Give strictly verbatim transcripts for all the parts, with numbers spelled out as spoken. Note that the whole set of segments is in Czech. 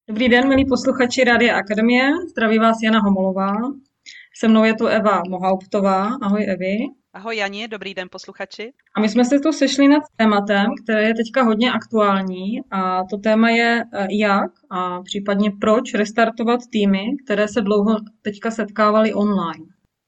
Dobrý den, milí posluchači Rádia Akademie. Zdraví vás Jana Homolová. Se mnou je tu Eva Mohauptová. Ahoj, Evi. Ahoj Jani, dobrý den posluchači. A my jsme se tu sešli nad tématem, které je teďka hodně aktuální. A to téma je, eh, jak a případně proč restartovat týmy, které se dlouho teďka setkávaly online.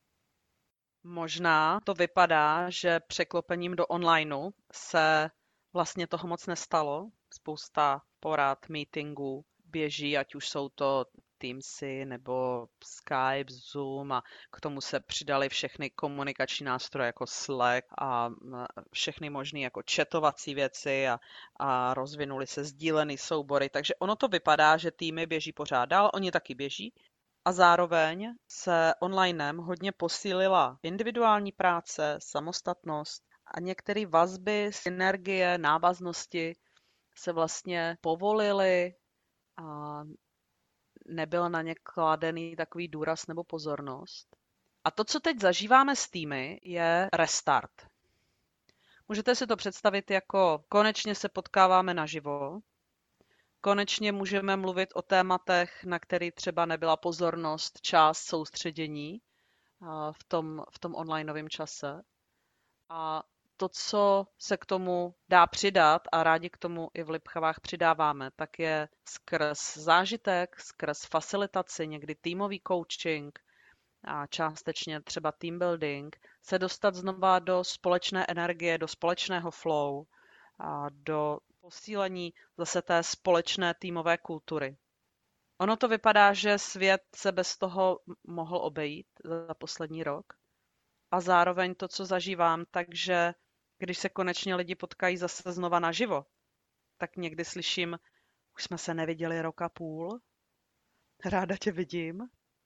Možná to vypadá, že překlopením do onlineu se vlastně toho moc nestalo. Spousta porad, meetingů běží, ať už jsou to Teamsy nebo Skype, Zoom a k tomu se přidali všechny komunikační nástroje jako Slack a m, všechny možné jako chatovací věci a, a rozvinuly se sdílený soubory. Takže ono to vypadá, že týmy běží pořád dál, oni taky běží. A zároveň se onlinem hodně posílila individuální práce, samostatnost a některé vazby, synergie, návaznosti se vlastně povolily a nebyl na ně kladený takový důraz nebo pozornost. A to, co teď zažíváme s týmy, je restart. Můžete si to představit jako konečně se potkáváme naživo, konečně můžeme mluvit o tématech, na který třeba nebyla pozornost, čas, soustředění v tom, v tom onlineovém čase. A to, co se k tomu dá přidat a rádi k tomu i v Lipchavách přidáváme, tak je skrz zážitek, skrz facilitaci, někdy týmový coaching a částečně třeba team building, se dostat znova do společné energie, do společného flow a do posílení zase té společné týmové kultury. Ono to vypadá, že svět se bez toho mohl obejít za poslední rok. A zároveň to, co zažívám, takže když se konečně lidi potkají zase znova naživo, tak někdy slyším, už jsme se neviděli rok a půl, ráda tě vidím.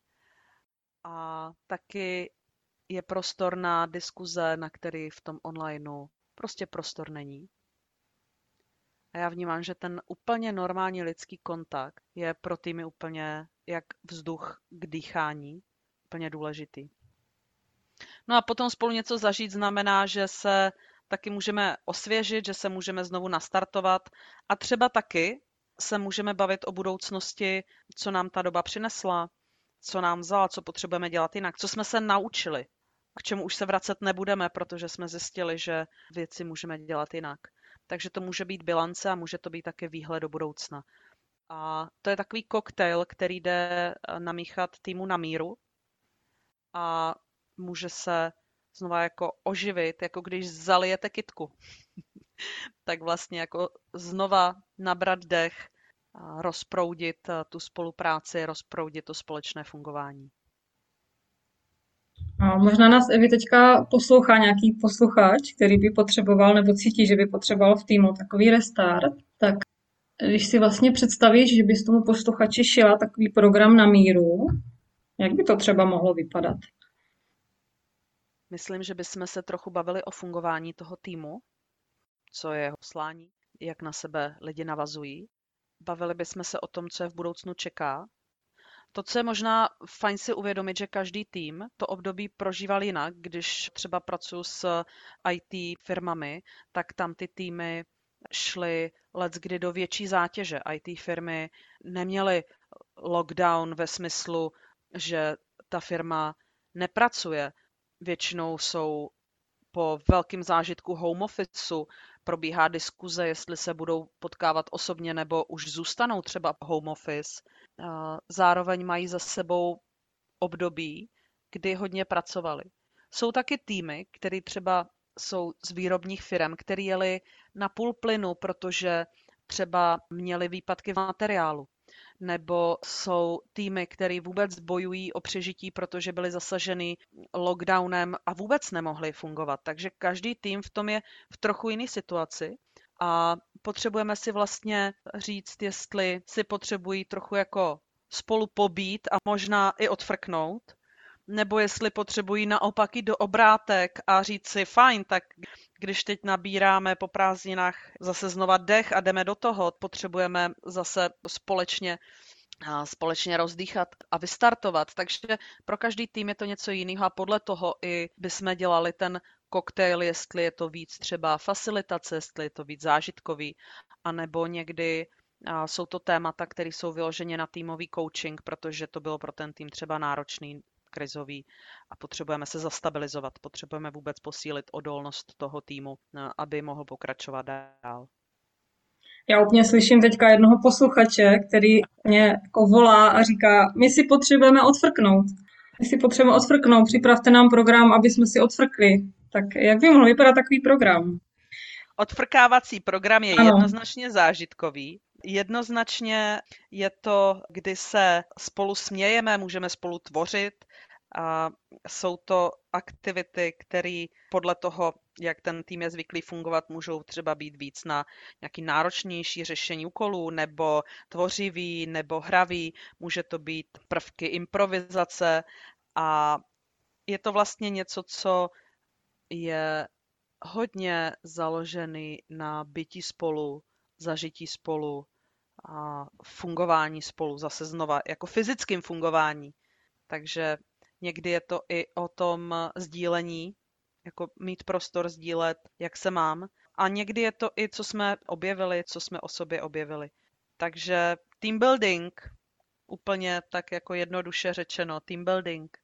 A taky je prostor na diskuze, na který v tom onlineu prostě prostor není. A já vnímám, že ten úplně normální lidský kontakt je pro týmy úplně jak vzduch k dýchání, úplně důležitý. No a potom spolu něco zažít znamená, že se taky můžeme osvěžit, že se můžeme znovu nastartovat a třeba taky se můžeme bavit o budoucnosti, co nám ta doba přinesla, co nám vzala, co potřebujeme dělat jinak, co jsme se naučili, k čemu už se vracet nebudeme, protože jsme zjistili, že věci můžeme dělat jinak. Takže to může být bilance a může to být také výhled do budoucna. A to je takový koktejl, který jde namíchat týmu na míru a může se znova jako oživit, jako když zalijete kytku. Tak vlastně jako znova nabrat dech, rozproudit tu spolupráci, rozproudit to společné fungování. A možná nás, Evi, teďka poslouchá nějaký posluchač, který by potřeboval nebo cítí, že by potřeboval v týmu takový restart, tak když si vlastně představíš, že bys tomu posluchači šila takový program na míru, jak by to třeba mohlo vypadat? Myslím, že bychom se trochu bavili o fungování toho týmu, co je jeho poslání, jak na sebe lidi navazují. Bavili bychom se o tom, co je v budoucnu čeká. To, co je možná fajn si uvědomit, že každý tým to období prožíval jinak. Když třeba pracuji s í té firmami, tak tam ty týmy šly leckdy do větší zátěže. í té firmy neměly lockdown ve smyslu, že ta firma nepracuje. Většinou jsou po velkém zážitku home officeu, probíhá diskuze, jestli se budou potkávat osobně nebo už zůstanou třeba home office. Zároveň mají za sebou období, kdy hodně pracovali. Jsou taky týmy, které třeba jsou z výrobních firm, které jeli na půl plynu, protože třeba měli výpadky v materiálu. Nebo jsou týmy, které vůbec bojují o přežití, protože byly zasaženy lockdownem a vůbec nemohly fungovat. Takže každý tým v tom je v trochu jiné situaci a potřebujeme si vlastně říct, jestli si potřebují trochu jako spolu pobít a možná i odfrknout, nebo jestli potřebují naopak jít do obrátek a říct si fajn, tak když teď nabíráme po prázdninách zase znova dech a jdeme do toho, potřebujeme zase společně, společně rozdýchat a vystartovat. Takže pro každý tým je to něco jiného a podle toho i bychom dělali ten koktejl, jestli je to víc třeba facilitace, jestli je to víc zážitkový, anebo někdy A jsou to témata, které jsou vyloženě na týmový coaching, protože to bylo pro ten tým třeba náročný, krizový a potřebujeme se zastabilizovat. Potřebujeme vůbec posílit odolnost toho týmu, aby mohl pokračovat dál. Já úplně slyším teďka jednoho posluchače, který mě jako volá a říká, my si potřebujeme odfrknout. My si potřebujeme odfrknout, připravte nám program, aby jsme si odfrkli. Tak jak by mohl vypadat takový program? Odfrkávací program je Ano. jednoznačně zážitkový. Jednoznačně je to, kdy se spolu smějeme, můžeme spolu tvořit. A jsou to aktivity, které podle toho, jak ten tým je zvyklý fungovat, můžou třeba být víc na nějaký náročnější řešení úkolů, nebo tvořivý, nebo hravý. Může to být prvky improvizace a je to vlastně něco, co je hodně založený na bytí spolu, zažití spolu a fungování spolu, zase znova jako fyzickém fungování. Takže někdy je to i o tom sdílení, jako mít prostor sdílet, jak se mám. A někdy je to i, co jsme objevili, co jsme o sobě objevili. Takže team building, úplně tak jako jednoduše řečeno, team building.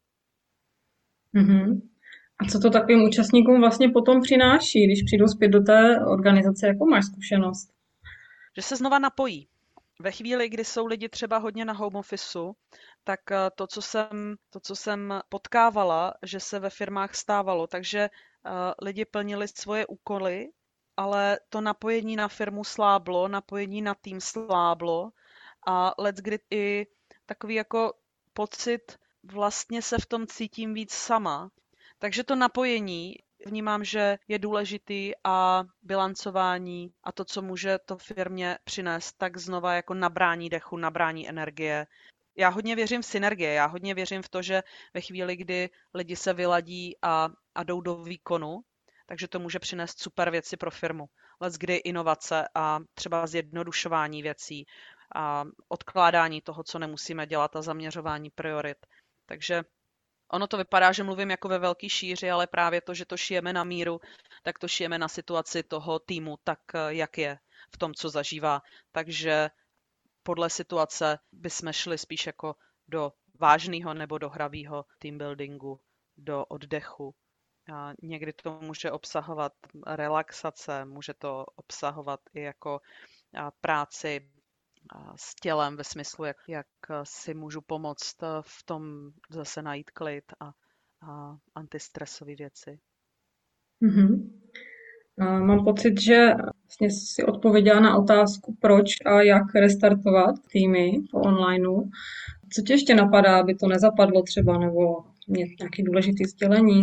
Mhm. A co to takovým účastníkům vlastně potom přináší, když přijdou zpět do té organizace? Jakou máš zkušenost? Že se znova napojí. Ve chvíli, kdy jsou lidi třeba hodně na home officeu, tak to, co jsem, to, co jsem potkávala, že se ve firmách stávalo, takže uh, lidi plnili svoje úkoly, ale to napojení na firmu sláblo, napojení na tým sláblo a leckdy i takový jako pocit, vlastně se v tom cítím víc sama. Takže to napojení vnímám, že je důležitý a bilancování a to, co může to firmě přinést, tak znova jako nabrání dechu, nabrání energie. Já hodně věřím v synergie, já hodně věřím v to, že ve chvíli, kdy lidi se vyladí a, a jdou do výkonu, takže to může přinést super věci pro firmu. Leckdy inovace a třeba zjednodušování věcí a odkládání toho, co nemusíme dělat a zaměřování priorit. Takže ono to vypadá, že mluvím jako ve velký šíři, ale právě to, že to šijeme na míru, tak to šijeme na situaci toho týmu, tak jak je v tom, co zažívá. Takže podle situace bychom šli spíš jako do vážného nebo do hravého team buildingu, do oddechu. A někdy to může obsahovat relaxace, může to obsahovat i jako práci s tělem ve smyslu, jak, jak si můžu pomoct v tom zase najít klid a, a antistresové věci. Mhm. A mám pocit, že vlastně si odpověděla na otázku, proč a jak restartovat týmy po onlineu. Co tě ještě napadá, aby to nezapadlo třeba, nebo nějaké důležité sdělení?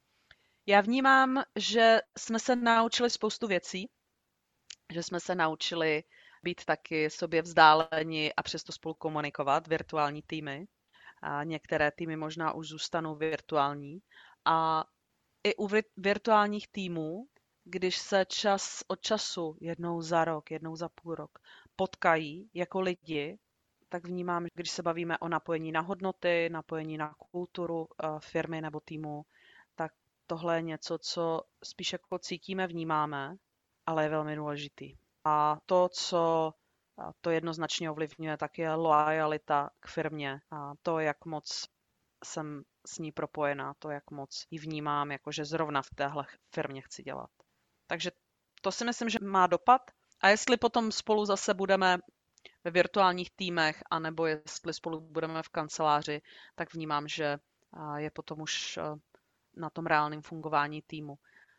Já vnímám, že jsme se naučili spoustu věcí, že jsme se naučili být taky sobě vzdáleni a přesto spolu komunikovat, virtuální týmy. A některé týmy možná už zůstanou virtuální. A i u virtuálních týmů, když se čas od času, jednou za rok, jednou za půl rok, potkají jako lidi, tak vnímám, když se bavíme o napojení na hodnoty, napojení na kulturu firmy nebo týmu, tak tohle je něco, co spíš jako cítíme, vnímáme, ale je velmi důležitý. A to, co to jednoznačně ovlivňuje, tak je loajalita k firmě. A to, jak moc jsem s ní propojená, to, jak moc ji vnímám, jakože zrovna v téhle firmě chci dělat. Takže to si myslím, že má dopad. A jestli potom spolu zase budeme ve virtuálních týmech, anebo jestli spolu budeme v kanceláři, tak vnímám, že je potom už na tom reálném fungování týmu.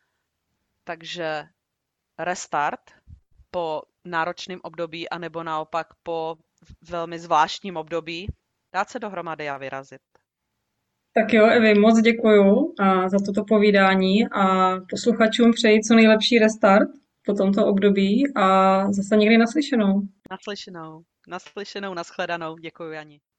Takže restart po náročném období, anebo naopak po velmi zvláštním období, dát se dohromady a vyrazit. Tak jo, Evi, moc děkuju a za toto povídání a posluchačům přeji co nejlepší restart po tomto období a zase někdy naslyšenou. Naslyšenou, naslyšenou, nashledanou. Děkuji, Jani.